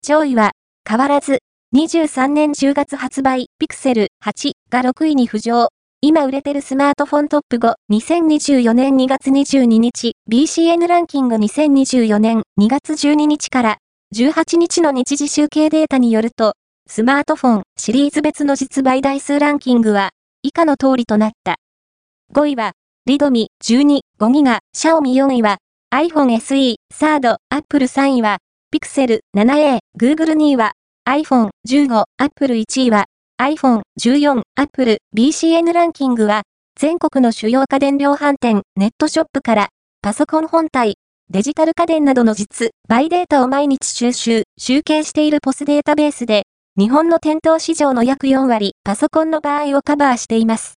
上位は、変わらず、23年10月発売、ピクセル8が6位に浮上。今売れてるスマートフォントップ5、2024年2月22日、BCN ランキング2024年2月12日から18日の日時集計データによると、スマートフォンシリーズ別の実売台数ランキングは、以下の通りとなった。5位は、リドミ12、5ギガ、シャオミ4位は、iPhone SE、サード、Apple 3位は、ピクセル 7A、Google 2位は、iPhone 15、Apple 1位は、iPhone 14、Apple、BCN ランキングは、全国の主要家電量販店、ネットショップから、パソコン本体、デジタル家電などの実売データを毎日集計しているポスデータベースで、日本の店頭市場の約4割、パソコンの場合をカバーしています。